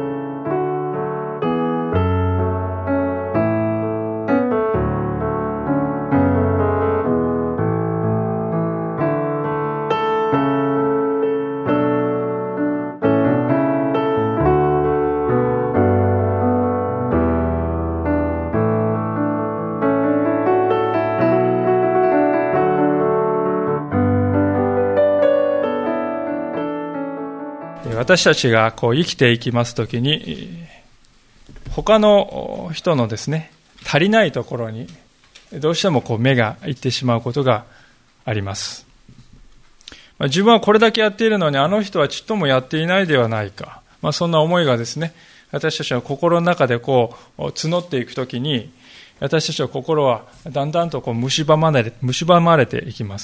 私たちが生きていきますときに、他の人のですね、足りないところにどうしても目がいってしまうことがあります。自分はこれだけやっているのに、あの人はちっともやっていないではないか。そんな思いがですね、私たちの心の中で募っていくときに、私たちの心はだんだんと蝕まれていきます。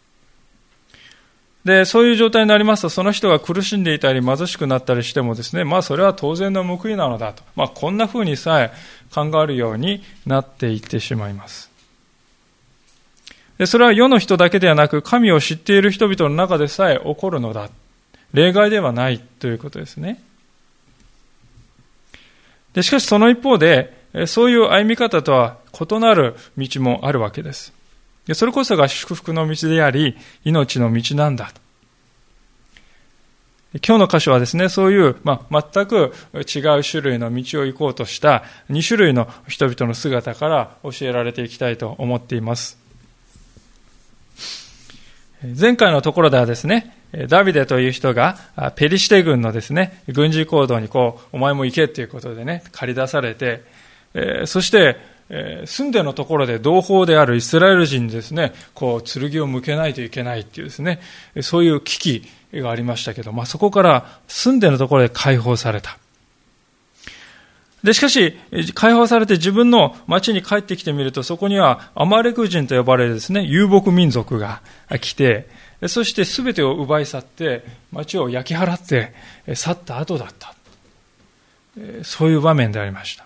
で、そういう状態になりますと、その人が苦しんでいたり貧しくなったりしてもですね、それは当然の報いなのだと。こんな風にさえ考えるようになっていってしまいます。で、それは世の人だけではなく、神を知っている人々の中でさえ起こるのだ。例外ではないということですね。で、しかしその一方で、そういう歩み方とは異なる道もあるわけです。それこそが祝福の道であり、命の道なんだ。今日の箇所はですね、そういう、全く違う種類の道を行こうとした2種類の人々の姿から教えられていきたいと思っています。前回のところではですね、ダビデという人がペリシテ軍のですね、軍事行動にお前も行けということでね、駆り出されて、そして住んでのところで同胞であるイスラエル人にですね、剣を向けないといけないっていうですね、そういう危機がありましたけど、そこから住んでのところで解放された。で、しかし、解放されて自分の町に帰ってきてみると、そこにはアマレク人と呼ばれるですね、遊牧民族が来て、そして全てを奪い去って、町を焼き払って去った後だった。そういう場面でありました。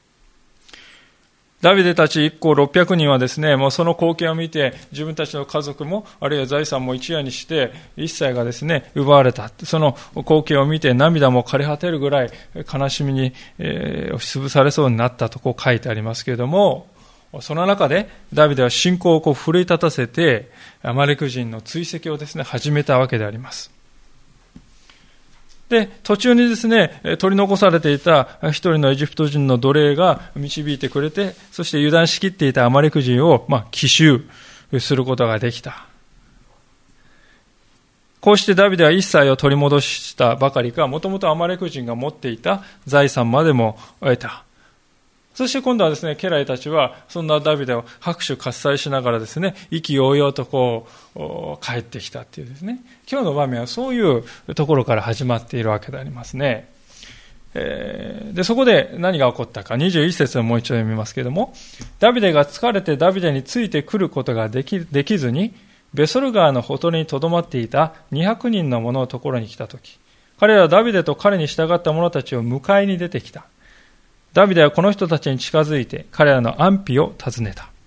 ダビデたち一行600人はですね、もうその光景を見て、自分たちの家族も、あるいは財産も一夜にして、一切がですね、奪われた。その光景を見て涙も枯れ果てるぐらい悲しみに、押しつぶされそうになったと書いてありますけれども、その中でダビデは信仰を奮い立たせて、アマレク人の追跡をですね、始めたわけであります。で、途中にですね、取り残されていた一人のエジプト人の奴隷が導いてくれて、そして油断しきっていたアマレク人を、奇襲することができた。こうしてダビデは一切を取り戻したばかりか、もともとアマレク人が持っていた財産までも得た。そして今度はですね、家来たちは、そんなダビデを拍手喝采しながらですね、意気揚々と帰ってきたっていうですね、今日の場面はそういうところから始まっているわけでありますね。で、そこで何が起こったか、21節をもう一度読みますけれども、ダビデが疲れてダビデについてくることができずに、ベソル川のほとりにとどまっていた200人の者のところに来たとき、彼らはダビデと彼に従った者たちを迎えに出てきた。ダビデはこの人たちに近づいて彼らの安否を尋ねた。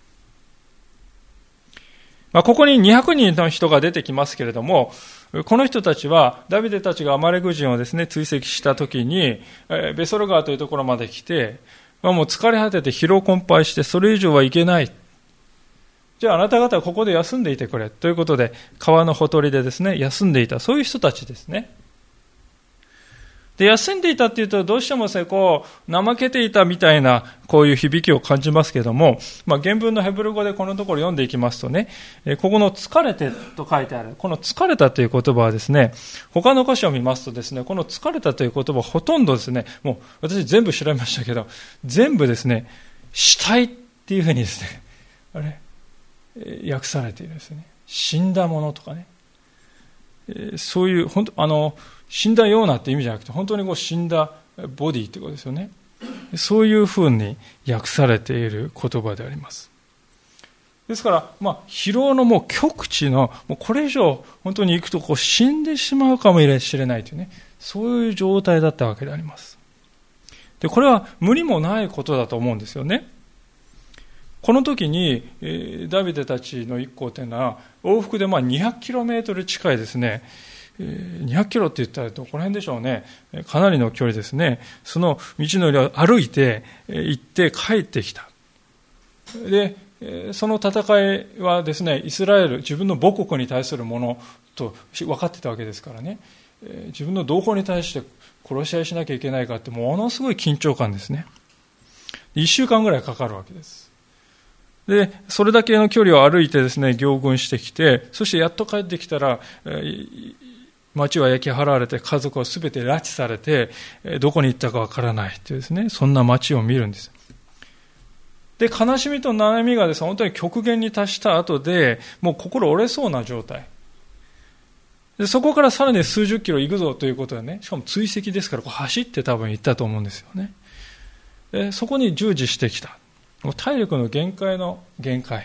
ここに200人の人が出てきますけれども、この人たちはダビデたちがアマレク人をですね、追跡したときに、ベソル川というところまで来て、もう疲れ果てて疲労困憊してそれ以上はいけない。じゃああなた方はここで休んでいてくれ。ということで、川のほとりでですね、休んでいた。そういう人たちですね。で、休んでいたっていうと、どうしてもですね、怠けていたみたいな、こういう響きを感じますけども、原文のヘブル語でこのところ読んでいきますとね、ここの疲れてと書いてある、この疲れたという言葉はですね、他の箇所を見ますとですね、この疲れたという言葉はほとんどですね、もう私全部調べましたけど、全部ですね、死体っていうふうにですね、訳されているんですね。死んだものとかね。そういう、死んだようなって意味じゃなくて、本当に死んだボディってことですよね。そういうふうに訳されている言葉であります。ですから、疲労のもう極致の、もうこれ以上本当に行くと死んでしまうかもしれないというね、そういう状態だったわけであります。で、これは無理もないことだと思うんですよね。この時に、ダビデたちの一行というのは、往復で200km近いですね、 200キロって言ったらどこら辺でしょうね。かなりの距離ですね。その道のりを歩いて行って帰ってきた。で、その戦いはですね、イスラエル、自分の母国に対するものと分かってたわけですからね。自分の同胞に対して殺し合いしなきゃいけないかってものすごい緊張感ですね。1週間ぐらいかかるわけです。で、それだけの距離を歩いてですね、行軍してきて、そしてやっと帰ってきたら、町は焼き払われて、家族はすべて拉致されて、どこに行ったかわからないっていうですね、そんな町を見るんです。で、悲しみと悩みがですね、本当に極限に達した後で、もう心折れそうな状態。で、そこからさらに数十キロ行くぞということでね、しかも追跡ですから、走って多分行ったと思うんですよね。で、そこに従事してきた。もう体力の限界の限界。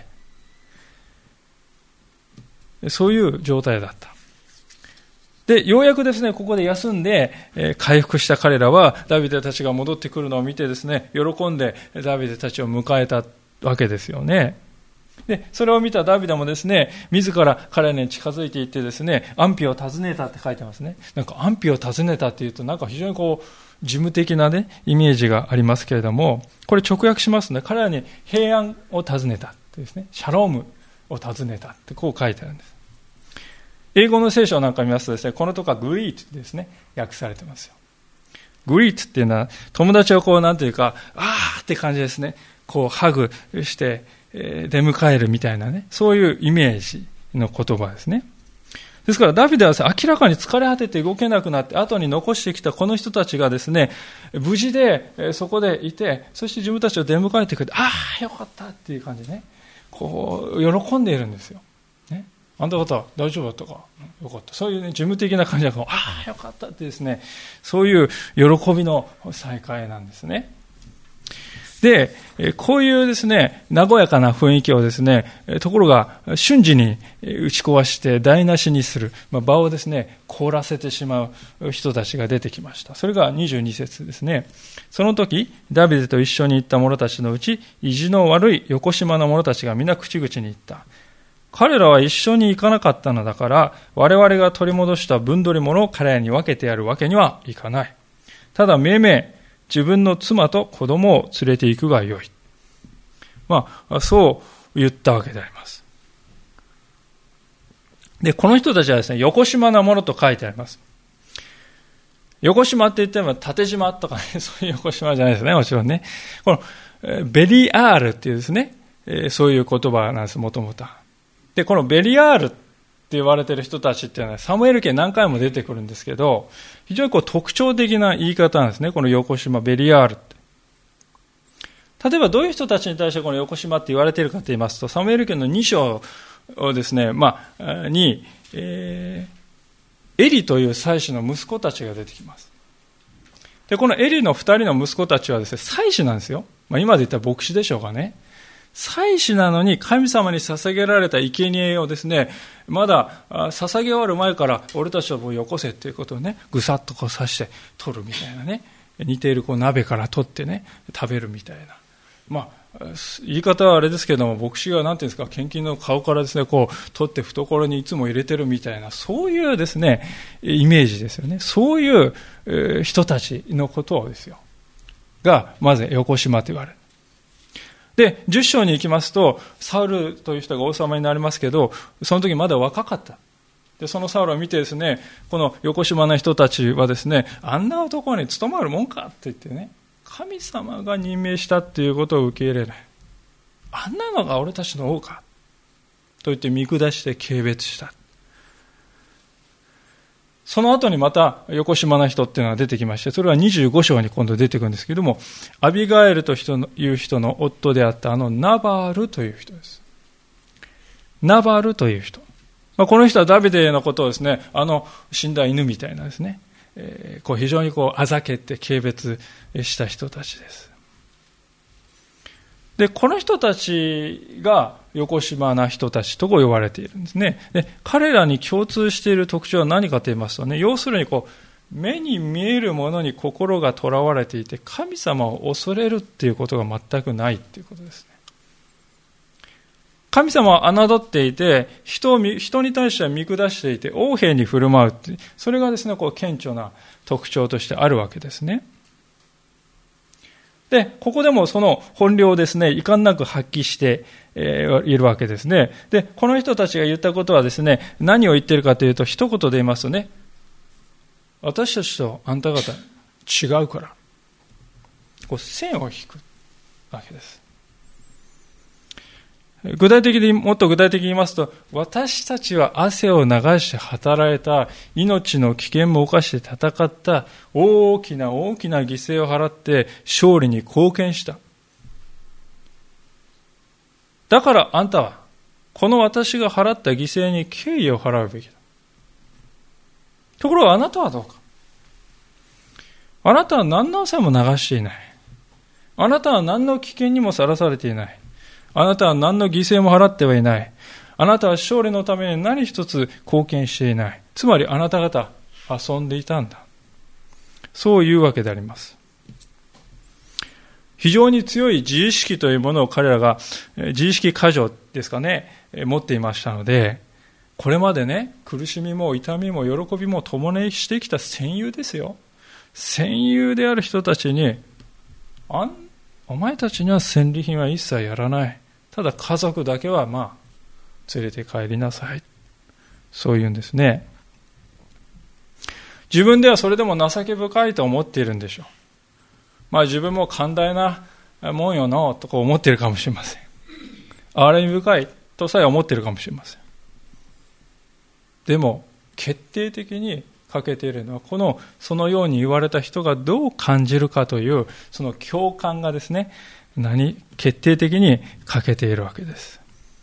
そういう状態だった。で、ようやくですね、ここで休んで、回復した彼らは、ダビデたちが戻ってくるのを見てですね、喜んでダビデたちを迎えたわけですよね。で、それを見たダビデもですね、自ら彼らに近づいていってですね、安否を尋ねたって書いてますね。なんか安否を尋ねたっていうと、なんか非常に事務的なね、イメージがありますけれども、これ直訳しますね。彼らに平安を尋ねたってですね、シャロームを尋ねたってこう書いてあるんです。英語の聖書なんか見ますとですね、このとこはグリートですね、訳されてますよ。グリートっていうのは、友達をなんていうか、あーって感じですね。ハグして、出迎えるみたいなね、そういうイメージの言葉ですね。ですからダビデはですね、明らかに疲れ果てて動けなくなって、後に残してきたこの人たちがですね、無事でそこでいて、そして自分たちを出迎えてくれて、ああ、よかったっていう感じでね、喜んでいるんですよ。ね、あんた方大丈夫だったか、よかった。そういうね、事務的な感じが、ああ、よかったってですね、そういう喜びの再会なんですね。で、こういうですね、和やかな雰囲気をですね、ところが瞬時に打ち壊して台無しにする、場をですね、凍らせてしまう人たちが出てきました。それが22節ですね。その時、ダビデと一緒に行った者たちのうち、意地の悪い横島の者たちが皆口々に言った。彼らは一緒に行かなかったのだから、我々が取り戻した分取り物を彼らに分けてやるわけにはいかない。ただ命名、自分の妻と子供を連れて行くがよい。そう言ったわけであります。で、この人たちはですね、横島なものと書いてあります。横島って言っても縦島とかね、そういう横島じゃないですね、もちろんね。このベリアールっていうですね、そういう言葉なんです、もともと。で、このベリアールって言われている人たちっていうのはサムエル記何回も出てくるんですけど、非常に特徴的な言い方なんですね、この横島、ベリアールって。例えばどういう人たちに対してこの横島って言われているかと言いますと、サムエル記の2章をですね、に、エリという祭司の息子たちが出てきます。で、このエリの2人の息子たちはですね、祭司なんですよ。今で言ったら牧師でしょうかね。祭司なのに神様に捧げられた生贄をですね、まだ捧げ終わる前から俺たちをよこせっていうことをね、ぐさっと刺して取るみたいなね、似ている鍋から取ってね、食べるみたいな。言い方はあれですけども、牧師がなんていうんですか、献金の顔からですね、取って懐にいつも入れてるみたいな、そういうですね、イメージですよね。そういう人たちのことをですよ。が、まず横島と言われる。で、10章に行きますと、サウルという人が王様になりますけど、その時まだ若かった。で、そのサウルを見てですね、この横島な人たちはですね、あんな男に務まるもんかって言ってね、神様が任命したっていうことを受け入れない。あんなのが俺たちの王かと言って見下して軽蔑した。その後にまた横島な人っていうのが出てきまして、それは25章に今度出てくるんですけれども、アビガエルという人の夫であったナバールという人です。ナバールという人。この人はダビデのことをですね、死んだ犬みたいなですね、非常にあざけて軽蔑した人たちです。で、この人たちが横島な人たちと呼ばれているんですね。で、彼らに共通している特徴は何かと言いますとね、要するに目に見えるものに心がとらわれていて、神様を恐れるっていうことが全くないっていうことですね。 神様は侮っていて、人に対しては見下していて、横柄に振る舞うって、それがですね、顕著な特徴としてあるわけですね。で、ここでもその本領をですね、遺憾なく発揮しているわけですね。で、この人たちが言ったことはですね、何を言っているかというと、一言で言いますとね、私たちとあんた方違うから、線を引くわけです。もっと具体的に言いますと、私たちは汗を流して働いた、命の危険も冒して戦った、大きな大きな犠牲を払って勝利に貢献した。だからあんたは、この私が払った犠牲に敬意を払うべきだ。ところがあなたはどうか。あなたは何の汗も流していない。あなたは何の危険にもさらされていない。あなたは何の犠牲も払ってはいない。あなたは勝利のために何一つ貢献していない。つまりあなた方遊んでいたんだ。そういうわけであります。非常に強い自意識というものを彼らが自意識過剰ですかね、持っていましたので、これまでね、苦しみも痛みも喜びも共にしてきた戦友ですよ。戦友である人たちに、お前たちには戦利品は一切やらない。ただ家族だけは連れて帰りなさい。そう言うんですね。自分ではそれでも情け深いと思っているんでしょう。自分も寛大なもんよのとか思っているかもしれません。憐れみ深いとさえ思っているかもしれません。でも決定的に欠けているのは、そのように言われた人がどう感じるかというその共感がですね、決定的に欠けているわけです。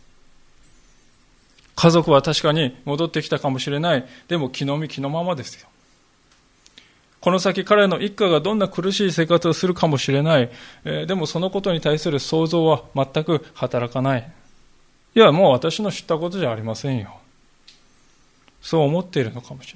家族は確かに戻ってきたかもしれない。でも気の身気のままですよ。この先彼の一家がどんな苦しい生活をするかもしれない。でもそのことに対する想像は全く働かない。いや、もう私の知ったことじゃありませんよ。そう思っているのかもしれない。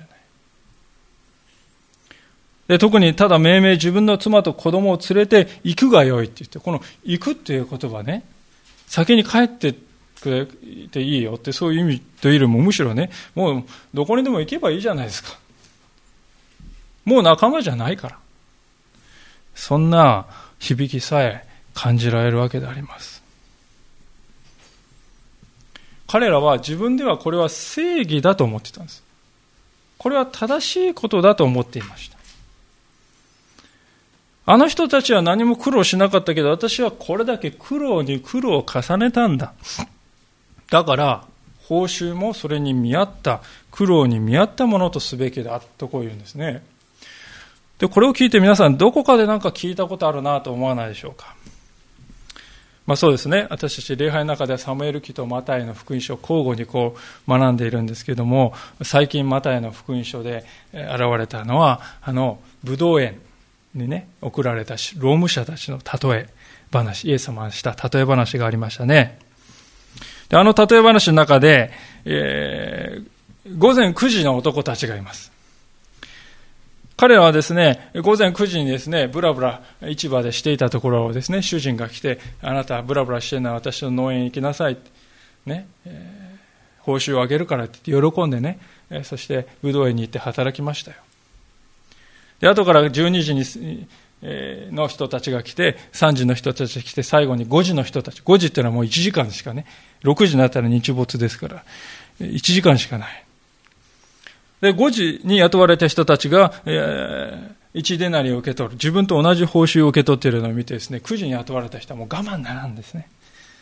で、特にただ命名自分の妻と子供を連れて行くがよいって言って、この行くっていう言葉ね、先に帰ってくれていいよってそういう意味というよりもむしろね、もうどこにでも行けばいいじゃないですか。もう仲間じゃないから。そんな響きさえ感じられるわけであります。彼らは自分ではこれは正義だと思ってたんです。これは正しいことだと思っていました。あの人たちは何も苦労しなかったけど、私はこれだけ苦労に苦労を重ねたんだ。だから報酬もそれに見合った、苦労に見合ったものとすべきだとこう言うんですね。で、これを聞いて皆さんどこかで聞いたことあるなと思わないでしょうか。そうですね。私たち礼拝の中ではサムエル記とマタイの福音書を交互に学んでいるんですけども、最近マタイの福音書で現れたのはブドウ園にね送られた労務者たちの例え話、イエス様がした例え話がありましたね。で、例え話の中で、午前9時の男たちがいます。彼らはですね、午前9時にですね、ブラブラ市場でしていたところをですね、主人が来て、あなたブラブラしてるのは私の農園へ行きなさい、ね、報酬をあげるからって言って喜んでね、そしてブドウ園に行って働きましたよ。で、後から12時にの人たちが来て、3時の人たちが来て、最後に5時の人たち、5時っていうのはもう1時間しかね、6時になったら日没ですから、1時間しかない。で、5時に雇われた人たちが、1デナリを受け取る。自分と同じ報酬を受け取っているのを見てですね、9時に雇われた人はもう我慢ならんですね。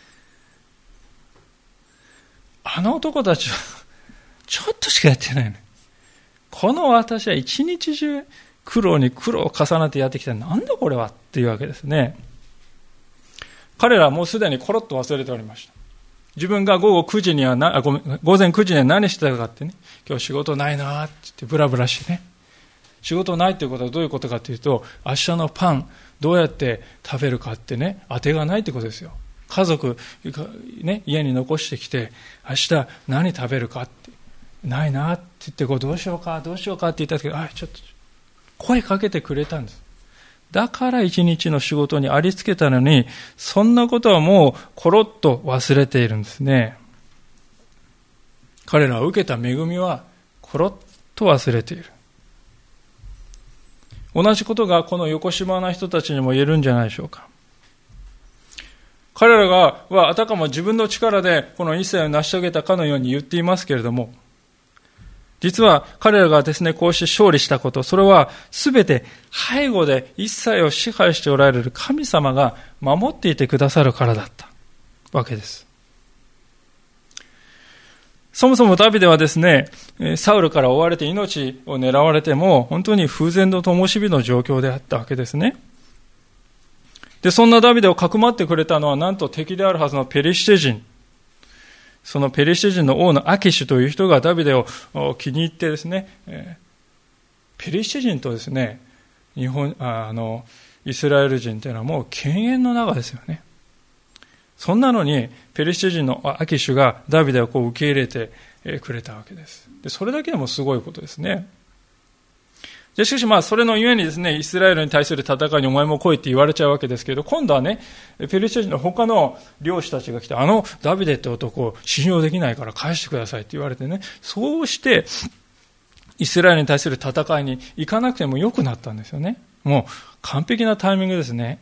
あの男たちは、ちょっとしかやってないの。この私は一日中苦労に苦労を重ねてやってきた。なんだこれはっていうわけですね。彼らはもうすでにコロッと忘れておりました。自分が午前9時には何してたかってね、今日仕事ないなって言ってブラブラしてね。仕事ないということはどういうことかというと、明日のパンどうやって食べるかってね、当てがないってことですよ。家族ね、家に残してきて、明日何食べるかってないなって言ってどうしようかって言った時、ちょっと声かけてくれたんです。 だから一日の仕事にありつけたのに、そんなことはもうコロッと忘れているんですね。彼らは受けた恵みはコロッと忘れている。同じことがこの横島な人たちにも言えるんじゃないでしょうか。彼らはあたかも自分の力でこの一切を成し遂げたかのように言っていますけれども、実は彼らがですね、こうして勝利したこと、それはすべて背後で一切を支配しておられる神様が守っていてくださるからだったわけです。そもそもダビデはですね、サウルから追われて命を狙われても本当に風前の灯火の状況であったわけですね。で、そんなダビデをかくまってくれたのはなんと敵であるはずのペリシテ人。そのペリシテ人の王のアキシュという人がダビデを気に入ってですね、ペリシテ人とですね、イスラエル人というのはもう犬猿の仲ですよね。そんなのにペリシテ人のアキシュがダビデをこう受け入れてくれたわけです。で、それだけでもすごいことですね。しかしそれのゆえにですね、イスラエルに対する戦いにお前も来いって言われちゃうわけですけど、今度はね、ペリシテ人の他の領主たちが来て、ダビデって男を信用できないから返してくださいって言われてね、そうしてイスラエルに対する戦いに行かなくてもよくなったんですよね。もう完璧なタイミングですね。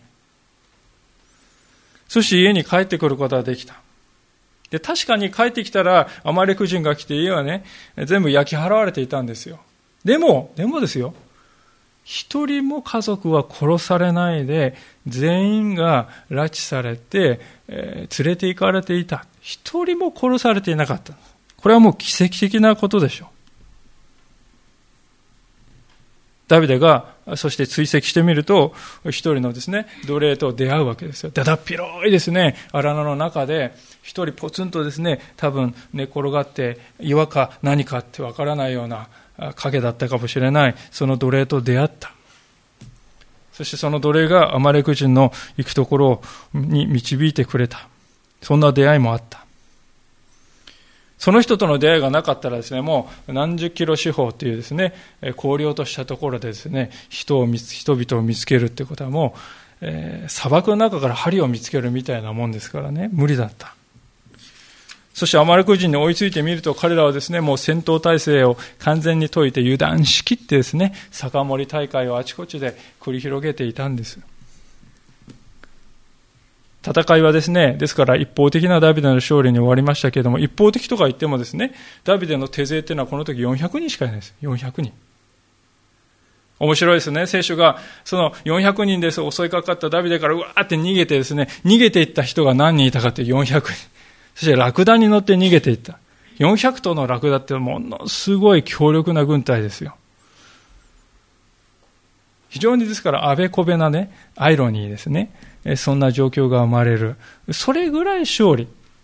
そして家に帰ってくることができた。で、確かに帰ってきたらアマレク人が来て家はね、全部焼き払われていたんですよ。でもですよ、一人も家族は殺されないで全員が拉致されて、連れて行かれていた。一人も殺されていなかった。これはもう奇跡的なことでしょう。ダビデがそして追跡してみると、一人のですね、奴隷と出会うわけですよ。だだっ広いですね、荒野の中で一人ポツンとですね、多分寝転がって岩か何かってわからないような影だったかもしれない、その奴隷と出会った。そしてその奴隷がアマレク人の行くところに導いてくれた。そんな出会いもあった。その人との出会いがなかったらですね、もう何十キロ四方というですね、荒涼としたところでですね、人々を見つけるってことはもう、砂漠の中から針を見つけるみたいなもんですからね、無理だった。そしてアマレク人に追いついてみると、彼らはですね、もう戦闘態勢を完全に解いて油断しきってですね、酒盛り大会をあちこちで繰り広げていたんです。戦いはですね、ですから一方的なダビデの勝利に終わりましたけれども、一方的とか言ってもですね、ダビデの手勢っていうのはこの時400人しかいないです。400人。面白いですね。聖書がその400人です。襲いかかったダビデからうわーって逃げてですね、逃げていった人が何人いたかって400人。そしてラクダに乗って逃げていった。400頭のラクダってものすごい強力な軍隊ですよ。非常にですからあべこべなね、アイロニーですね。そんな状況が生まれる。それぐらいの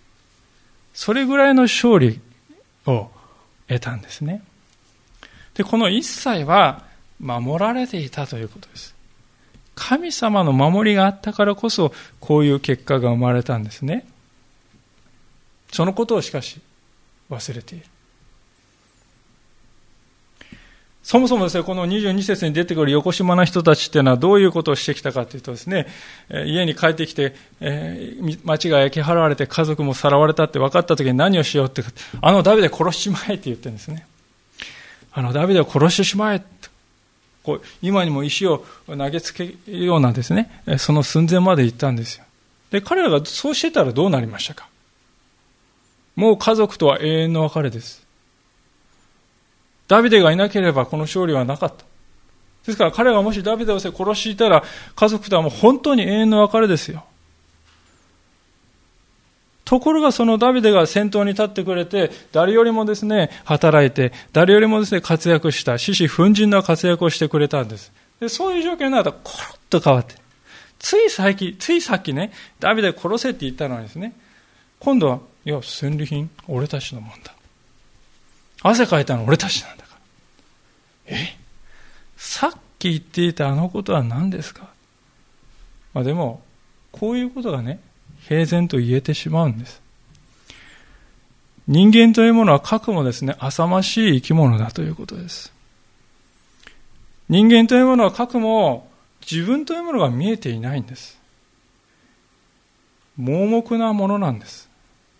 勝利を得たんですね。で、この一切は守られていたということです。神様の守りがあったからこそ、こういう結果が生まれたんですね。そのことをしかし忘れている。そもそもですね、この22節に出てくる横島な人たちっていうのはどういうことをしてきたかというとですね、家に帰ってきて、町が焼き払われて家族もさらわれたって分かった時に何をしようって、ダビデ殺しちまえって言ってるんですね。ダビデを殺してしまえと、こう今にも石を投げつけるようなですね、その寸前まで行ったんですよ。で、彼らがそうしてたらどうなりましたか。もう家族とは永遠の別れです。ダビデがいなければこの勝利はなかった。ですから彼がもしダビデを殺していたら、家族とはもう本当に永遠の別れですよ。ところがそのダビデが先頭に立ってくれて、誰よりもですね、働いて、誰よりもですね、活躍した、獅子奮迅な活躍をしてくれたんです。で、そういう状況になるとコロッと変わって、ついさっきね、ダビデ殺せって言ったのにですね、今度は、いや、戦利品、俺たちのもんだ。汗かいたの俺たちなんだから。さっき言っていたあのことは何ですか。でも、こういうことがね、平然と言えてしまうんです。人間というものはかくもですね、浅ましい生き物だということです。人間というものはかくも自分というものが見えていないんです。盲目なものなんです。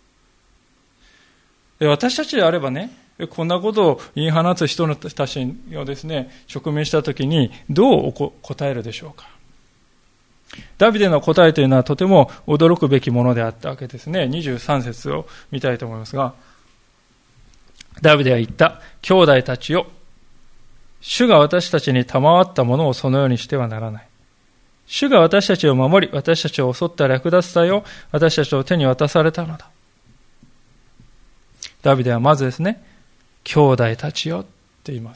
私たちであればね、こんなことを言い放つ人たちをですね、直面したときにどう答えるでしょうか。ダビデの答えというのはとても驚くべきものであったわけですね。23節を見たいと思いますが、ダビデは言った。兄弟たちよ、主が私たちに賜ったものをそのようにしてはならない。主が私たちを守り、私たちを襲った略奪隊を私たちを手に渡されたのだ。ダビデはまずですね、兄弟たちよって言います。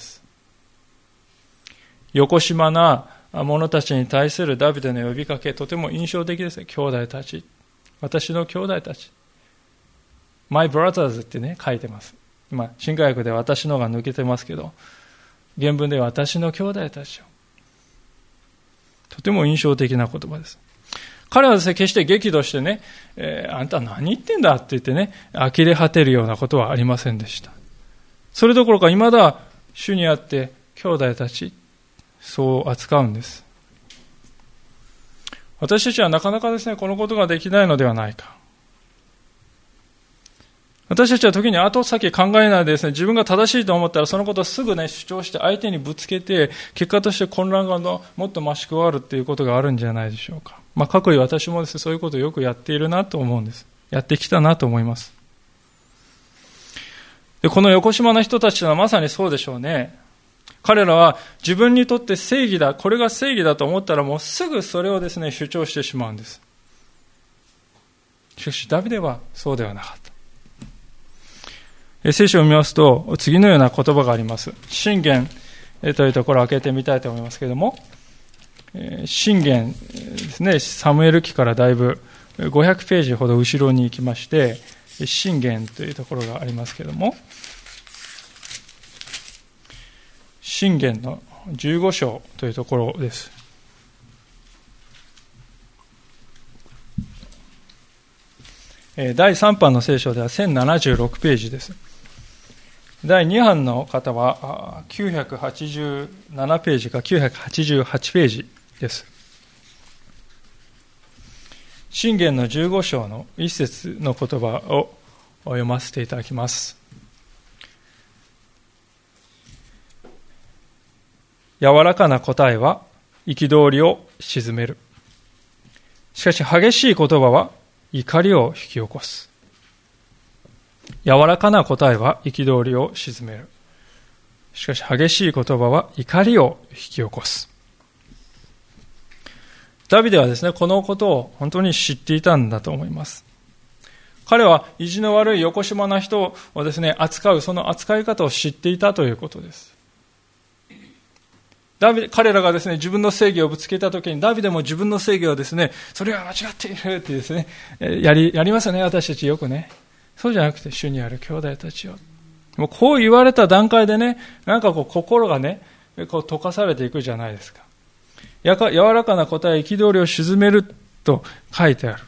よこしまな者たちに対するダビデの呼びかけ、とても印象的ですね。兄弟たち。私の兄弟たち。My brothers ってね、書いてます。今、新海訳では私のが抜けてますけど、原文では私の兄弟たちよ。とても印象的な言葉です。彼はですね、決して激怒してね、あんた何言ってんだって言ってね、呆れ果てるようなことはありませんでした。それどころか未だ主にあって兄弟たち、そう扱うんです。私たちはなかなかですね、このことができないのではないか。私たちは時に後先考えないでですね、自分が正しいと思ったらそのことをすぐね、主張して相手にぶつけて、結果として混乱がもっと増し加わるっていうことがあるんじゃないでしょうか。過去に私もですね、そういうことをよくやっているなと思うんです。やってきたなと思います。で、この横島な人たちはまさにそうでしょうね。彼らは自分にとって正義だ、これが正義だと思ったらもうすぐそれをですね、主張してしまうんです。しかしダビデはそうではなかった。聖書を見ますと、次のような言葉があります。箴言というところを開けてみたいと思いますけれども、箴言ですね、サムエル記からだいぶ500ページほど後ろに行きまして、箴言というところがありますけれども、箴言の15章というところです。第3版の聖書では1076ページです。第2版の方は987ページか988ページです。箴言の15章の一節の言葉を読ませていただきます。柔らかな答えは憤りを鎮める。しかし激しい言葉は怒りを引き起こす。柔らかな答えは憤りを鎮める。しかし激しい言葉は怒りを引き起こす。ダビデはですね、このことを本当に知っていたんだと思います。彼は意地の悪い横島な人をですね、扱う、その扱い方を知っていたということです。彼らがですね、自分の正義をぶつけたときに、ダビデも自分の正義をですね、それは間違っているってですね、やりますよね、私たちよくね。そうじゃなくて、主にある兄弟たちよ。もうこう言われた段階でね、なんか心がね、溶かされていくじゃないですか。柔らかな答え、憤りを鎮めると書いてある。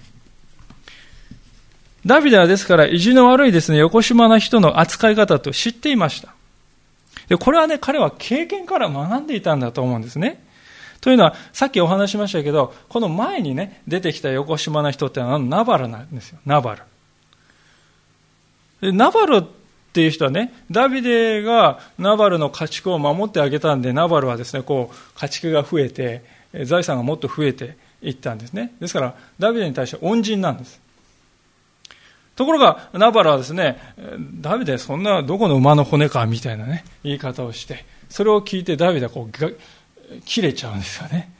ダビデはですから、意地の悪いですね、横島な人の扱い方と知っていました。で、これはね、彼は経験から学んでいたんだと思うんですね。というのは、さっきお話しましたけど、この前にね、出てきた横島な人ってのはナバルなんですよ。ナバル。でナバルっていう人はね、ダビデがナバルの家畜を守ってあげたんで、ナバルはですね、家畜が増えて、財産がもっと増えていったんですね。ですから、ダビデに対して恩人なんです。ところが、ナバルはですね、ダビデそんなどこの馬の骨かみたいなね、言い方をして、それを聞いてダビデは切れちゃうんですよね。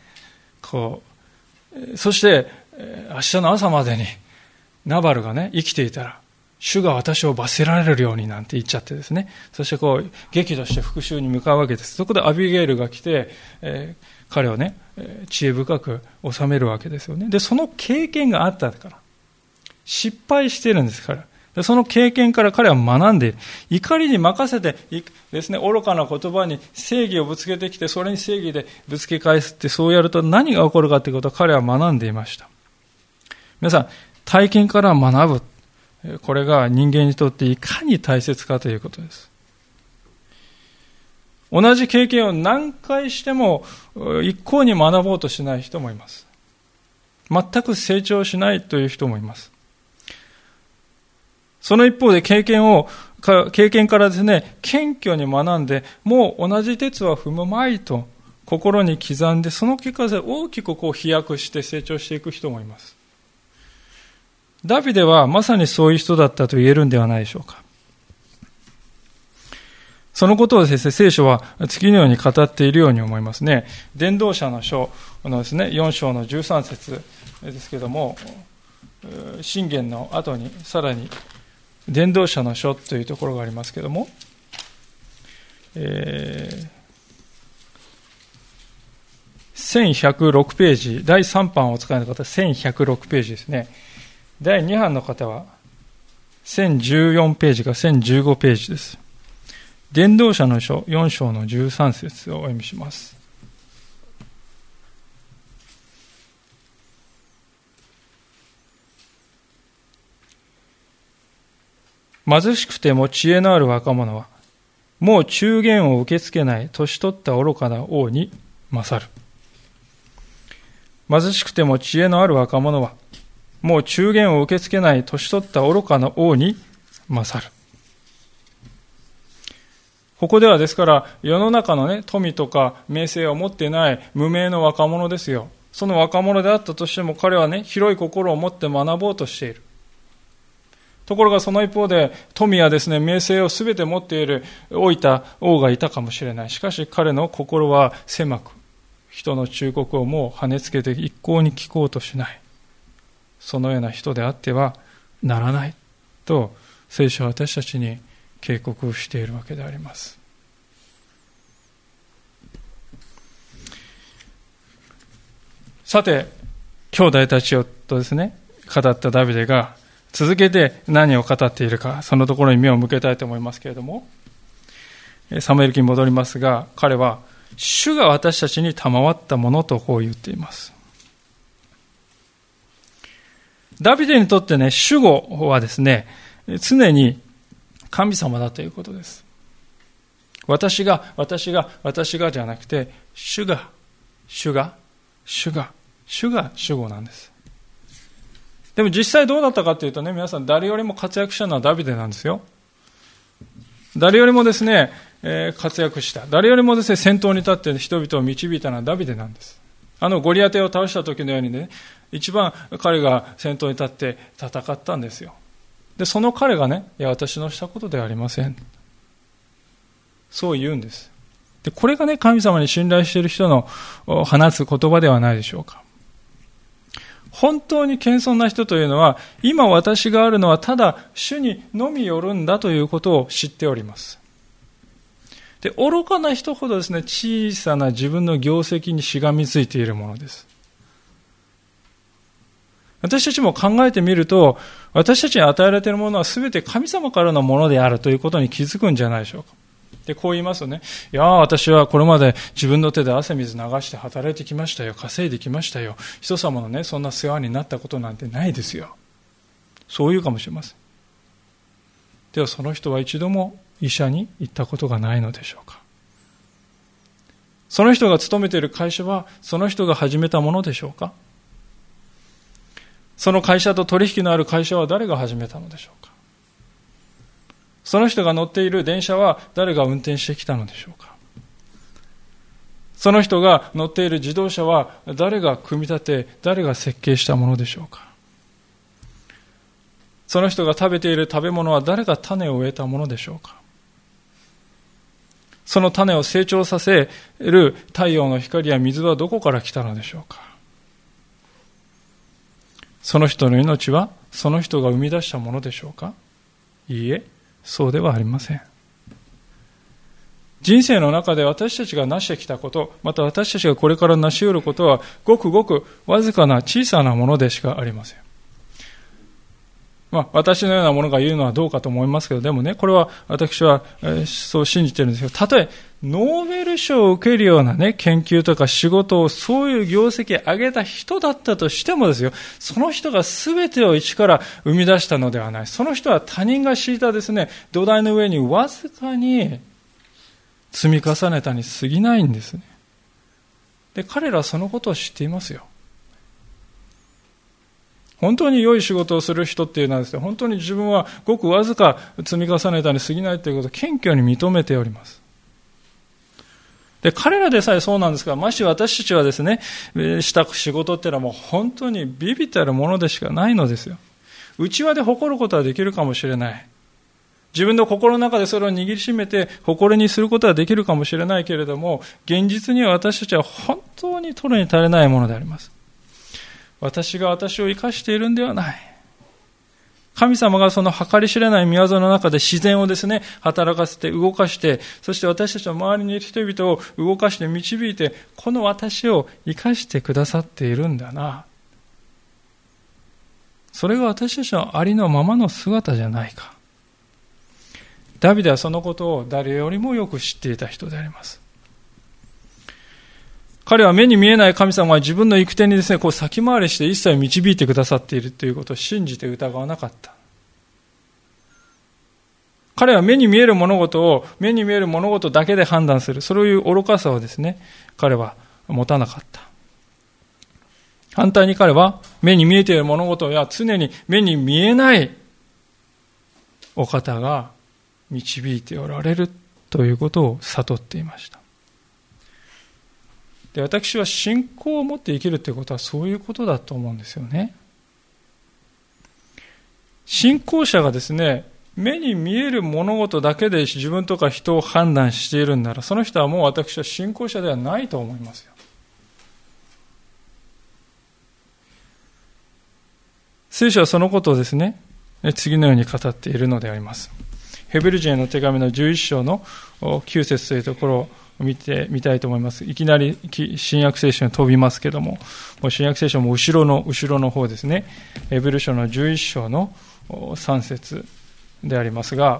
そして、明日の朝までに、ナバルがね、生きていたら、主が私を罰せられるようになんて言っちゃってですね、そして激怒して復讐に向かうわけです。そこでアビゲイルが来て、彼をね、知恵深く収めるわけですよね。で、その経験があったから、失敗しているんですから。で、その経験から彼は学んでいる。怒りに任せてですね、愚かな言葉に正義をぶつけてきて、それに正義でぶつけ返すって、そうやると何が起こるかということを彼は学んでいました。皆さん、体験から学ぶ。これが人間にとっていかに大切かということです。 同じ経験を何回しても一向に学ぼうとしない人もいます。全く成長しないという人もいます。その一方で経験からですね、謙虚に学んで、もう同じ轍は踏むまいと心に刻んで、その結果で大きく飛躍して成長していく人もいます。ダビデはまさにそういう人だったと言えるんではないでしょうか。そのことをですね、聖書は次のように語っているように思いますね。伝道者の書のですね、4章の13節ですけども、箴言の後にさらに伝道者の書というところがありますけども、1106ページ、第3版をお使いの方は1106ページですね。第2版の方は1014ページか1015ページです。伝道者の書4章の13節をお読みします。貧しくても知恵のある若者は、もう中間を受け付けない年取った愚かな王に勝る。貧しくても知恵のある若者は、もう中間を受け付けない年取った愚かな王に勝る。ここではですから世の中の富とか名声を持っていない無名の若者ですよ。その若者であったとしても彼は広い心を持って学ぼうとしている。ところがその一方で富やですね、名声をすべて持っている老いた王がいたかもしれない。しかし彼の心は狭く、人の忠告をもう跳ねつけて一向に聞こうとしない。そのような人であってはならないと聖書は私たちに警告をしているわけであります。さて、兄弟たちをとですね、語ったダビデが続けて何を語っているか、そのところに目を向けたいと思いますけれども、サムエル記に戻りますが、彼は主が私たちに賜ったものとこう言っています。ダビデにとって主語はですね、常に神様だということです。私がじゃなくて、主が主語なんです。でも実際どうだったかというと皆さん誰よりも活躍したのはダビデなんですよ。誰よりもですね、活躍した。誰よりもですね、先頭に立って人々を導いたのはダビデなんです。ゴリアテを倒した時のように一番彼が先頭に立って戦ったんですよ。で、その彼がいや、私のしたことではありません。そう言うんです。で、これが神様に信頼している人の放つ言葉ではないでしょうか。本当に謙遜な人というのは、今私があるのはただ主にのみよるんだということを知っております。で、愚かな人ほどですね、小さな自分の業績にしがみついているものです。私たちも考えてみると、私たちに与えられているものは全て神様からのものであるということに気づくんじゃないでしょうか。で、こう言いますといや、私はこれまで自分の手で汗水流して働いてきましたよ。稼いできましたよ。人様のそんな世話になったことなんてないですよ。そう言うかもしれません。ではその人は一度も医者に行ったことがないのでしょうか。その人が勤めている会社はその人が始めたものでしょうか。その会社と取引のある会社は誰が始めたのでしょうか。その人が乗っている電車は誰が運転してきたのでしょうか。その人が乗っている自動車は誰が組み立て、誰が設計したものでしょうか。その人が食べている食べ物は誰が種を植えたものでしょうか。その種を成長させる太陽の光や水はどこから来たのでしょうか。その人の命はその人が生み出したものでしょうか。いいえ、そうではありません。人生の中で私たちが成してきたこと、また私たちがこれから成し得ることはごくごくわずかな小さなものでしかありません。私のようなものが言うのはどうかと思いますけど、でもこれは私はそう信じてるんですけど、たとえノーベル賞を受けるような研究とか仕事をそういう業績を上げた人だったとしてもですよ、その人が全てを一から生み出したのではない。その人は他人が敷いたですね、土台の上にわずかに積み重ねたに過ぎないんですね。で、彼らはそのことを知っていますよ。本当に良い仕事をする人っていうのはですね、本当に自分はごくわずか積み重ねたに過ぎないということを謙虚に認めております。で、彼らでさえそうなんですが、まして私たちはですね、した仕事っていうのはもう本当に微々たるものでしかないのですよ。内輪で誇ることはできるかもしれない。自分の心の中でそれを握りしめて誇りにすることはできるかもしれないけれども、現実には私たちは本当に取るに足りないものであります。私が私を生かしているんではない。神様がその計り知れない御業の中で自然をですね、働かせて動かして、そして私たちの周りにいる人々を動かして導いて、この私を生かしてくださっているんだな。それが私たちのありのままの姿じゃないか。ダビデはそのことを誰よりもよく知っていた人であります。彼は目に見えない神様が自分の行く手にですね、こう先回りして一切導いてくださっているということを信じて疑わなかった。彼は目に見える物事を目に見える物事だけで判断する、そういう愚かさをですね、彼は持たなかった。反対に彼は目に見えている物事や常に目に見えないお方が導いておられるということを悟っていました。で、私は信仰を持って生きるということはそういうことだと思うんですよね。信仰者がですね、目に見える物事だけで自分とか人を判断しているんなら、その人はもう私は信仰者ではないと思いますよ。聖書はそのことをですね、次のように語っているのであります。ヘブル人への手紙の11章の9節というところを見てみたいと思います。いきなり新約聖書に飛びますけども、新約聖書も後ろの方ですね。ヘブル書の11章の3節でありますが、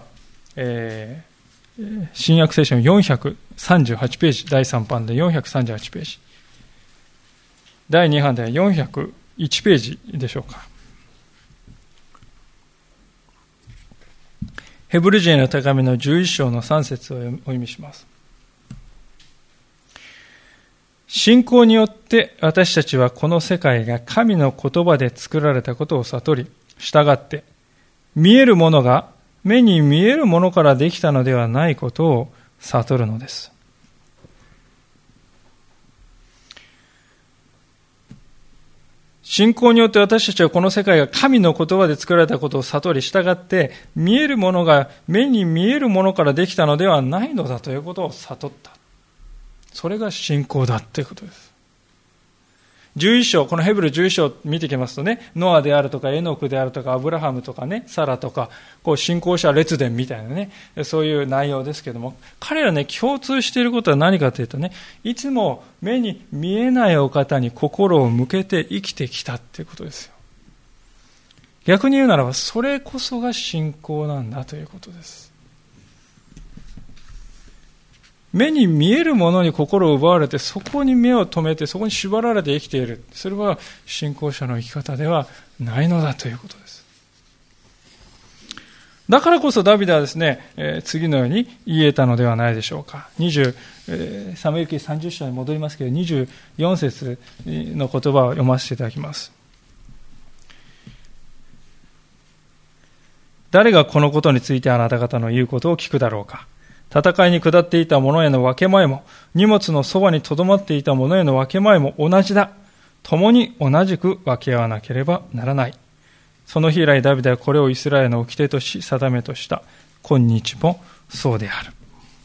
新約聖書の438ページ、第3版で438ページ、第2版では401ページでしょうか。ヘブル人への手紙の11章の3節をお読みします。信仰によって私たちはこの世界が神の言葉で作られたことを悟り、従って見えるものが目に見えるものからできたのではないことを悟るのです。信仰によって私たちはこの世界が神の言葉で作られたことを悟り、従って見えるものが目に見えるものからできたのではないのだということを悟った。それが信仰だということです。11章、このヘブル11章を見てきますとね、ノアであるとかエノクであるとかアブラハムとかね、サラとか、こう信仰者列伝みたいなね、そういう内容ですけども、彼らね、共通していることは何かというとね、いつも目に見えないお方に心を向けて生きてきたということですよ。逆に言うならば、それこそが信仰なんだということです。目に見えるものに心を奪われて、そこに目を留めて、そこに縛られて生きている。それは信仰者の生き方ではないのだということです。だからこそダビデはですね、次のように言えたのではないでしょうか。サムエル記30章に戻りますけど、24節の言葉を読ませていただきます。誰がこのことについてあなた方の言うことを聞くだろうか。戦いに下っていた者への分け前も、荷物のそばにとどまっていた者への分け前も同じだ。共に同じく分け合わなければならない。その日以来ダビデはこれをイスラエルの掟とし定めとした。今日もそうである。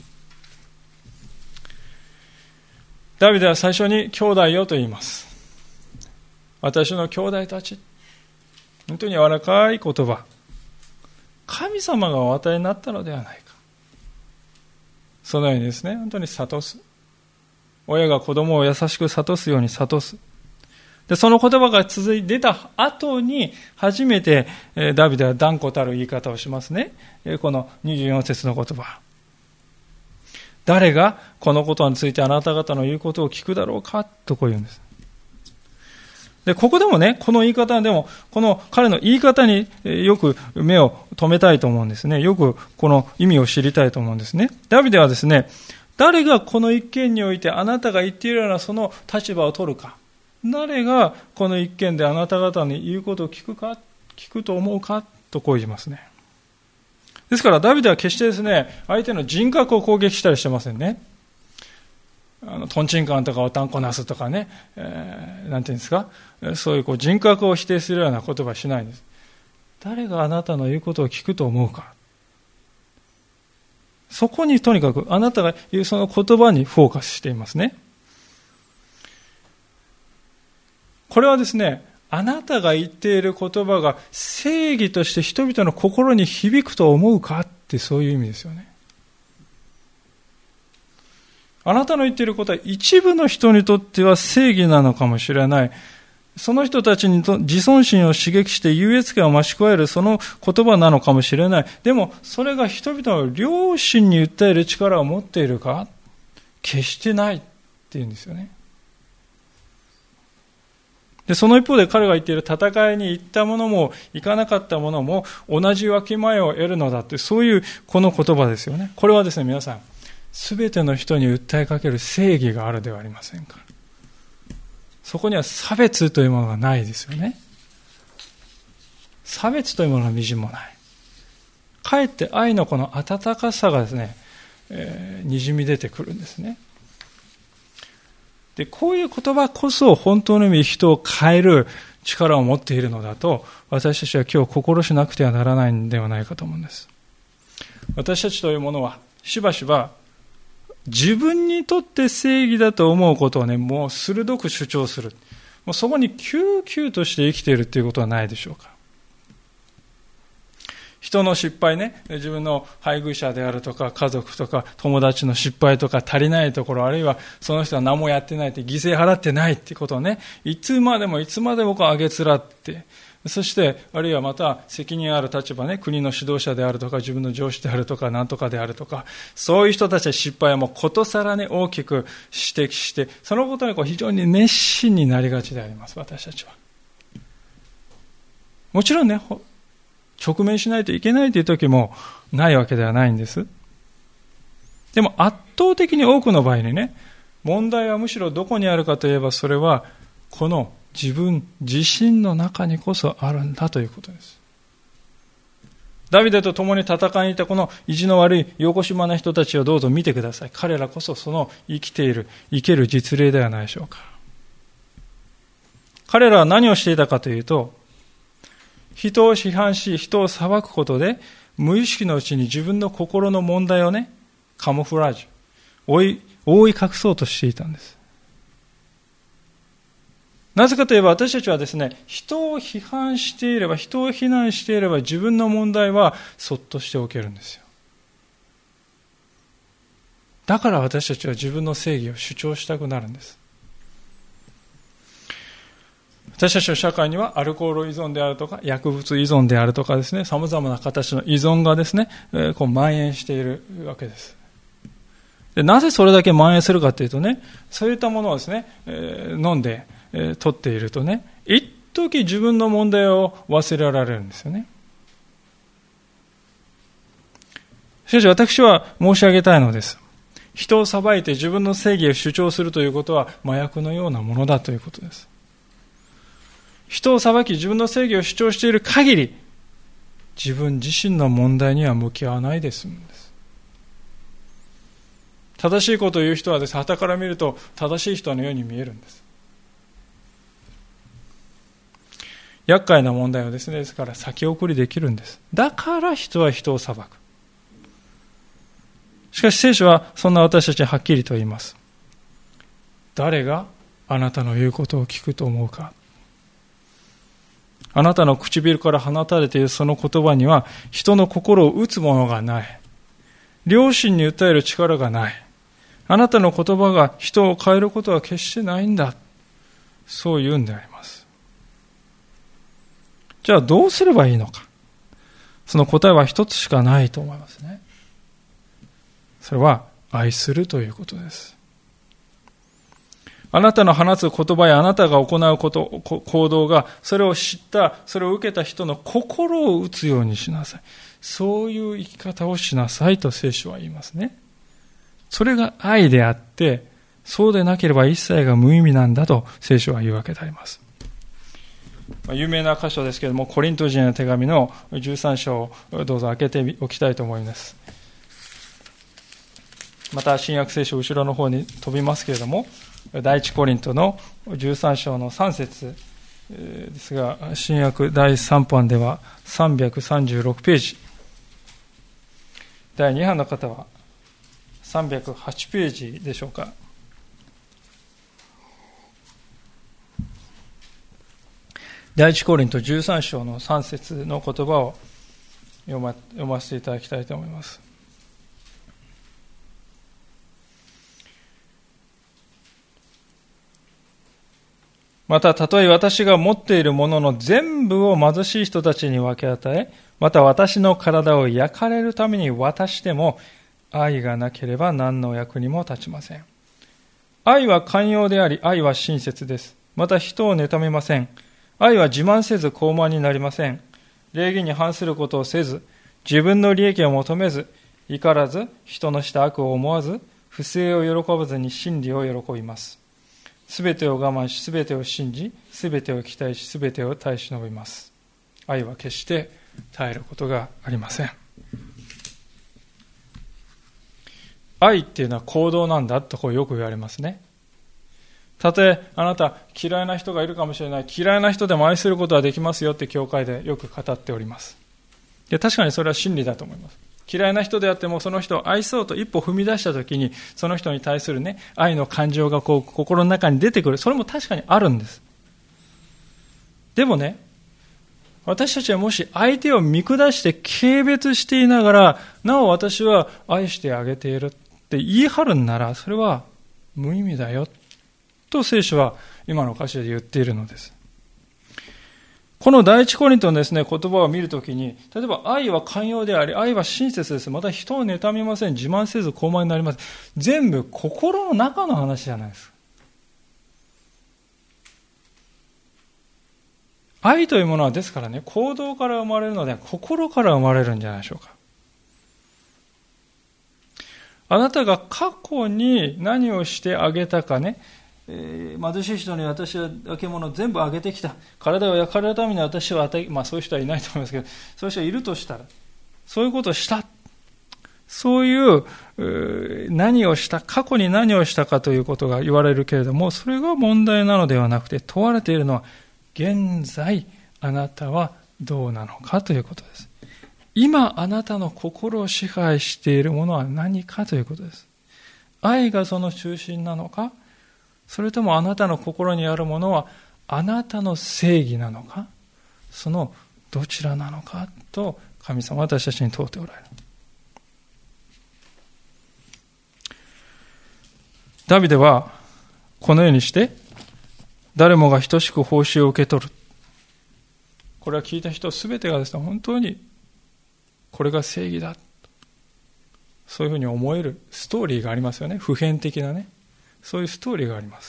ダビデは最初に兄弟よと言います。私の兄弟たち。本当に柔らかい言葉。神様がお与えになったのではないか。そのようにですね、本当に諭す。親が子供を優しく諭すように諭す。で、その言葉が続いて出た後に、初めてダビデは断固たる言い方をしますね。この24節の言葉。誰がこのことについてあなた方の言うことを聞くだろうかとこう言うんです。で、ここでもね、この言い方でも、この彼の言い方によく目を留めたいと思うんですね。よくこの意味を知りたいと思うんですね。ダビデはですね、 誰がこの一件においてあなたが言っているようなその立場を取るか。誰がこの一件であなた方に言うことを聞くと思うかとこう言いますね。ですからダビデは決してですね、相手の人格を攻撃したりしてませんね。トンチンカンとかおたんこなすとかね、なんていうんですか、そういう人格を否定するような言葉はしないんです。誰があなたの言うことを聞くと思うか。そこにとにかくあなたが言うその言葉にフォーカスしていますね。これはですね、あなたが言っている言葉が正義として人々の心に響くと思うかってそういう意味ですよね。あなたの言っていることは一部の人にとっては正義なのかもしれない。その人たちに自尊心を刺激して優越感を増し加えるその言葉なのかもしれない。でもそれが人々の良心に訴える力を持っているか？決してないって言うんですよね。でその一方で彼が言っている戦いに行った者も行かなかった者も同じ分け前を得るのだって、そういうこの言葉ですよね。これはですね、皆さん、すべての人に訴えかける正義があるではありませんか。そこには差別というものがないですよね。差別というものはみじんもない。かえって愛のこの温かさがですね、にじみ出てくるんですね。で、こういう言葉こそ本当の意味で人を変える力を持っているのだと、私たちは今日心しなくてはならないんではないかと思うんです。私たちというものはしばしば自分にとって正義だと思うことをね、もう鋭く主張する。もうそこに救急として生きているということはないでしょうか。人の失敗ね、自分の配偶者であるとか家族とか友達の失敗とか足りないところ、あるいはその人は何もやってないって犠牲払ってないってことをね、いつまでもあげつらって、そしてあるいはまた責任ある立場ね、国の指導者であるとか自分の上司であるとか何とかであるとか、そういう人たちは失敗はもうことさらね大きく指摘して、そのことに非常に熱心になりがちであります。私たちはもちろんね、直面しないといけないという時もないわけではないんです。でも圧倒的に多くの場合にね、問題はむしろどこにあるかといえば、それはこの自分自身の中にこそあるんだということです。ダビデと共に戦いにいたこの意地の悪いよこしまな人たちをどうぞ見てください。彼らこそその生ける実例ではないでしょうか。彼らは何をしていたかというと、人を批判し、人を裁くことで、無意識のうちに自分の心の問題をね、カモフラージュ、覆い隠そうとしていたんです。なぜかといえば、私たちはですね、人を批判していれば、人を非難していれば、自分の問題はそっとしておけるんですよ。だから私たちは自分の正義を主張したくなるんです。私たちの社会にはアルコール依存であるとか薬物依存であるとかですね、様々な形の依存がですね、蔓延しているわけです。で、なぜそれだけ蔓延するかというとね、そういったものをですね、飲んで、取っているとね、一時自分の問題を忘れられるんですよね。しかし私は申し上げたいのです。人を裁いて自分の正義を主張するということは麻薬のようなものだということです。人を裁き自分の正義を主張している限り、自分自身の問題には向き合わないで済むんです。正しいことを言う人はですね、傍から見ると正しい人のように見えるんです。厄介な問題をですね、ですから先送りできるんです。だから人は人を裁く。しかし聖書はそんな私たちにはっきりと言います。誰があなたの言うことを聞くと思うか。あなたの唇から放たれているその言葉には人の心を打つものがない。良心に訴える力がない。あなたの言葉が人を変えることは決してないんだ。そう言うんであります。じゃあどうすればいいのか。その答えは一つしかないと思いますね。それは愛するということです。あなたの放つ言葉やあなたが行う行動が、それを知った、それを受けた人の心を打つようにしなさい。そういう生き方をしなさいと聖書は言いますね。 それが愛であって、そうでなければ一切が無意味なんだと聖書は言うわけであります。有名な箇所ですけれども、コリント人への手紙の13章をどうぞ開けておきたいと思います。また新約聖書後ろの方に飛びますけれども、第一コリントの13章の3節ですが、新約第3版では336ページ、第2版の方は308ページでしょうか。第一コリント13章の3節の言葉を読ませていただきたいと思います。また、たとえ私が持っているものの全部を貧しい人たちに分け与え、また私の体を焼かれるために渡しても、愛がなければ何の役にも立ちません。愛は寛容であり、愛は親切です。また人を妬めません。愛は自慢せず高慢になりません。礼儀に反することをせず、自分の利益を求めず、怒らず、人のした悪を思わず、不正を喜ばずに真理を喜びます。すべてを我慢し、すべてを信じ、すべてを期待し、すべてを耐え忍びます。愛は決して耐えることがありません。愛っていうのは行動なんだとこうよく言われますね。たとえあなた嫌いな人がいるかもしれない、嫌いな人でも愛することはできますよって教会でよく語っております。で、確かにそれは真理だと思います。嫌いな人であってもその人を愛そうと一歩踏み出したときに、その人に対するね、愛の感情がこう心の中に出てくる。それも確かにあるんです。でもね、私たちはもし相手を見下して軽蔑していながら、なお私は愛してあげているって言い張るんなら、それは無意味だよと聖書は今の歌詞で言っているのです。この第一コリントのですね、言葉を見るときに、例えば愛は寛容であり、愛は親切です。また人を妬みません。自慢せず高慢になりません。全部心の中の話じゃないですか。愛というものはですからね、行動から生まれるのでは心から生まれるんじゃないでしょうか。あなたが過去に何をしてあげたかね、貧しい人に私は分け物を全部あげてきた。体を焼かれるために私はそういう人はいないと思いますけど、そういう人がいるとしたら、そういうことをした。そういう何をした、過去に何をしたかということが言われるけれども、それが問題なのではなくて、問われているのは、現在あなたはどうなのかということです。今あなたの心を支配しているものは何かということです。愛がその中心なのか、それともあなたの心にあるものはあなたの正義なのか、そのどちらなのかと神様は私たちに問うておられる。ダビデはこのようにして誰もが等しく報酬を受け取る。これは聞いた人すべてがですね、本当にこれが正義だ、そういうふうに思えるストーリーがありますよね。普遍的なね、そういうストーリーがあります。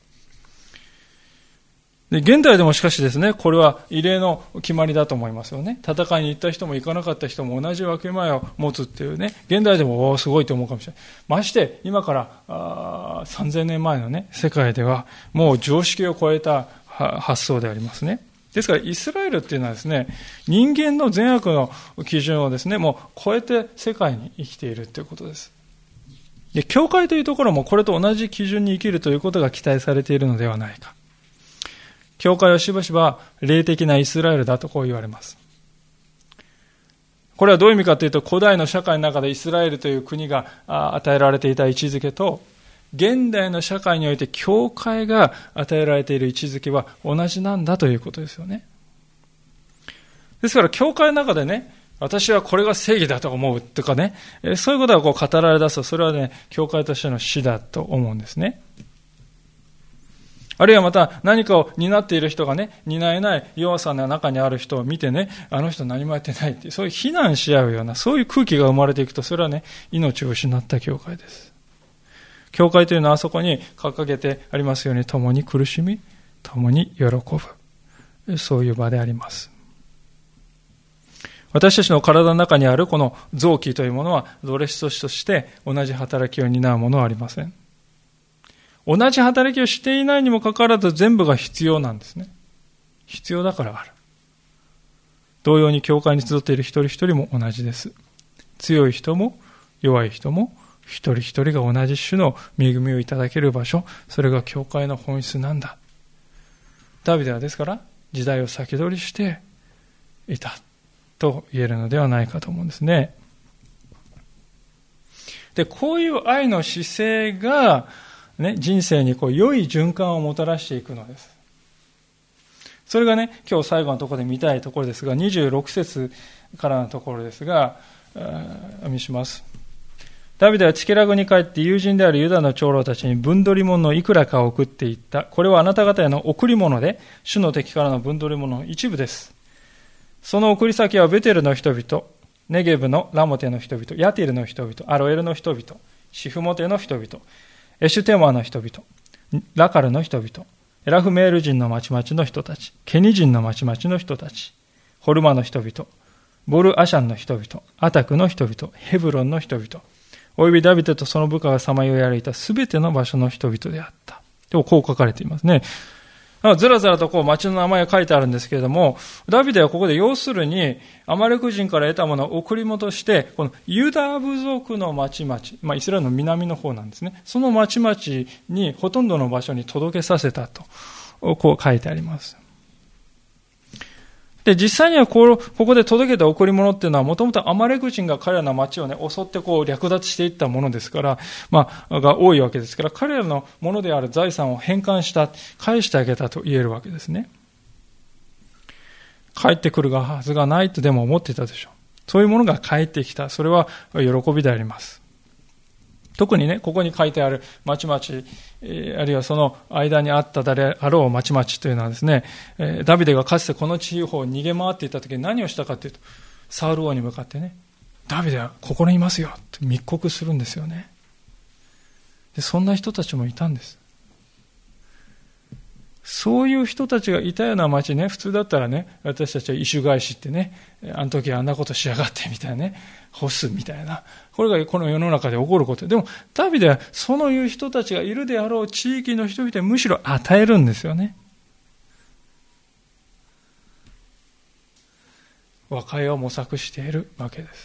で、現代でもしかしですね、これは異例の決まりだと思いますよね。戦いに行った人も行かなかった人も同じ分け前を持つっていうね、現代でもすごいと思うかもしれない。まして今から3000年前のね、世界ではもう常識を超えた発想でありますね。ですからイスラエルっていうのはですね、人間の善悪の基準をですね、もう超えて世界に生きているということです。で、教会というところもこれと同じ基準に生きるということが期待されているのではないか。教会はしばしば霊的なイスラエルだとこう言われます。これはどういう意味かというと、古代の社会の中でイスラエルという国が与えられていた位置づけと、現代の社会において教会が与えられている位置づけは同じなんだということですよね。ですから教会の中でね、私はこれが正義だと思うとかね、そういうことが語られ出すと、それはね、教会としての死だと思うんですね。あるいはまた何かを担っている人がね、担えない弱さの中にある人を見てね、あの人何もやってないって、そういう非難し合うような、そういう空気が生まれていくと、それはね、命を失った教会です。教会というのはあそこに掲げてありますように、共に苦しみ、共に喜ぶ。そういう場であります。 私たちの体の中にあるこの臓器というものはどれ一つとして同じ働きを担うものはありません。同じ働きをしていないにもかかわらず全部が必要なんですね。必要だからある。同様に教会に集っている一人一人も同じです。強い人も弱い人も一人一人が同じ種の恵みをいただける場所、それが教会の本質なんだ。ダビデはですから時代を先取りしていたと言えるのではないかと思うんですね。で、こういう愛の姿勢が、ね、人生に良い循環をもたらしていくのです。それがね、今日最後のところで見たいところですが、26節からのところですが、お見せします。ダビデはチケラグに帰って友人であるユダの長老たちに分取り物のいくらかを送っていった。これはあなた方への贈り物で、主の敵からの分取り物の一部です。その送り先はベテルの人々、ネゲブのラモテの人々、ヤティルの人々、アロエルの人々、シフモテの人々、エシュテマの人々、ラカルの人々、エラフメール人の町々の人たち、ケニ人の町々の人たち、ホルマの人々、ボルアシャンの人々、アタクの人々、ヘブロンの人々、およびダビデとその部下がさまよい歩いたすべての場所の人々であった。でこう書かれていますね。ずらずらと町の名前が書いてあるんですけれども、ダビデはここで要するに、アマレク人から得たものを贈り物として、このユダ部族の町々、イスラエルの南の方なんですね。その町々にほとんどの場所に届けさせたと、こう書いてあります。で、実際にはここで届けた贈り物っていうのは、もともとアマレク人が彼らの町をね、襲って略奪していったものですから、が多いわけですから、彼らのものである財産を返還した、返してあげたと言えるわけですね。帰ってくるはずがないとでも思っていたでしょう。そういうものが帰ってきた。それは喜びであります。特にね、ここに書いてある町々、あるいはその間にあった誰あろう町々というのはですね、ダビデがかつてこの地方を逃げ回っていた時に何をしたかというと、サウル王に向かってね、ダビデはここにいますよって密告するんですよね。で、そんな人たちもいたんです。そういう人たちがいたような町ね、普通だったらね、私たちは異種返しってね、あの時あんなことしやがってみたいなね、干すみたいな。これがこの世の中で起こること。でも、ダビデはそういう人たちがいるであろう地域の人々にむしろ与えるんですよね。和解を模索しているわけです。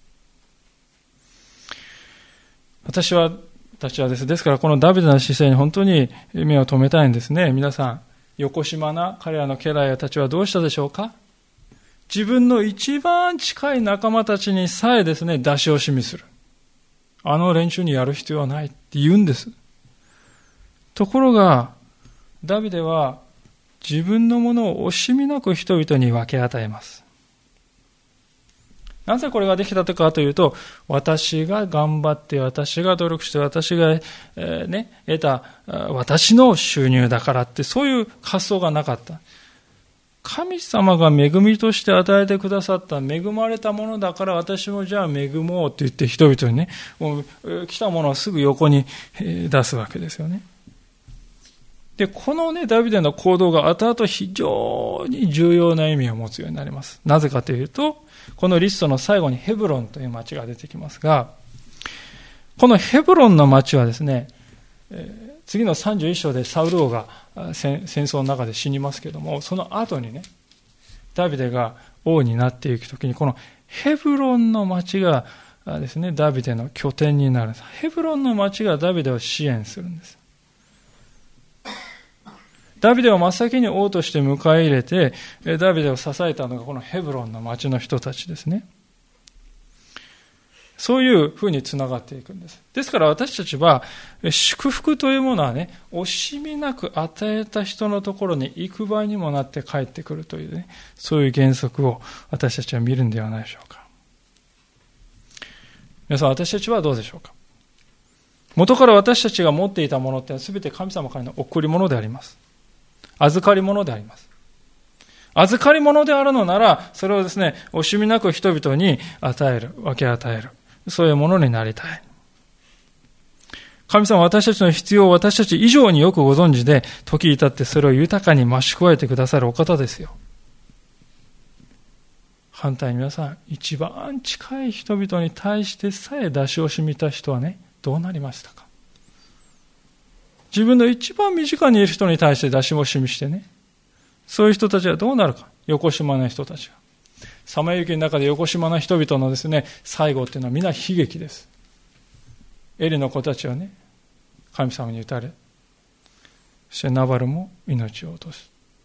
私たちはですからこのダビデの姿勢に本当に目を留めたいんですね。皆さん、よこしまな彼らの家来たちはどうしたでしょうか。自分の一番近い仲間たちにさえですね、出し惜しみする。あの連中にやる必要はないって言うんです。ところが、ダビデは自分のものを惜しみなく人々に分け与えます。なぜこれができたかというと、私が頑張って、私が努力して、私が、得た私の収入だからって、そういう発想がなかった。神様が恵みとして与えてくださった恵まれたものだから私もじゃあ恵もうって言って人々にね、来たものをすぐ横に出すわけですよね。で、このね、ダビデの行動が後々非常に重要な意味を持つようになります。なぜかというと、このリストの最後にヘブロンという町が出てきますが、このヘブロンの町はですね、次の31章でサウル王が戦争の中で死にますけれども、その後にね、ダビデが王になっていくときに、このヘブロンの町がですね、ダビデの拠点になるんです。ヘブロンの町がダビデを支援するんです。ダビデを真っ先に王として迎え入れて、ダビデを支えたのがこのヘブロンの町の人たちですね。そういうふうにつながっていくんです。ですから私たちは祝福というものはね、惜しみなく与えた人のところに行く場合にもなって帰ってくるというね、そういう原則を私たちは見るんではないでしょうか。皆さん、私たちはどうでしょうか。元から私たちが持っていたものってすべて神様からの贈り物であります。預かり物であります。預かり物であるのなら、それをですね、惜しみなく人々に与える、分け与える。そういうものになりたい。神様は私たちの必要を私たち以上によくご存知で、時に至ってそれを豊かに増し加えてくださるお方ですよ。 反対に皆さん、一番近い人々に対してさえ出し惜しみた人はね、どうなりましたか。自分の一番身近にいる人に対して出し惜しみしてね、そういう人たちはどうなるか。よこしまな人たちが。サマユキの中でよこしまな人々のですね、最後っていうのは皆悲劇です。エリの子たちはね、神様に撃たれ、そしてナバルも命を落とす。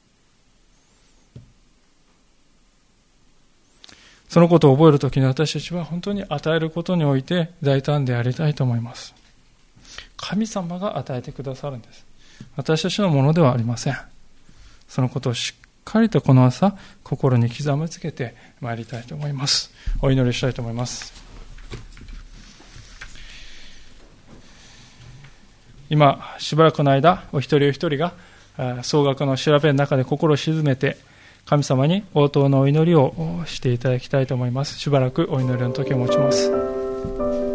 そのことを覚えるときに私たちは本当に与えることにおいて大胆でありたいと思います。神様が与えてくださるんです。私たちのものではありません。そのことをしっかりとこの朝心に刻みつけてまいりたいと思います。お祈りしたいと思います。今しばらくの間お一人お一人が総額の調べの中で心を静めて神様に応答のお祈りをしていただきたいと思います。しばらくお祈りの時を持ちます。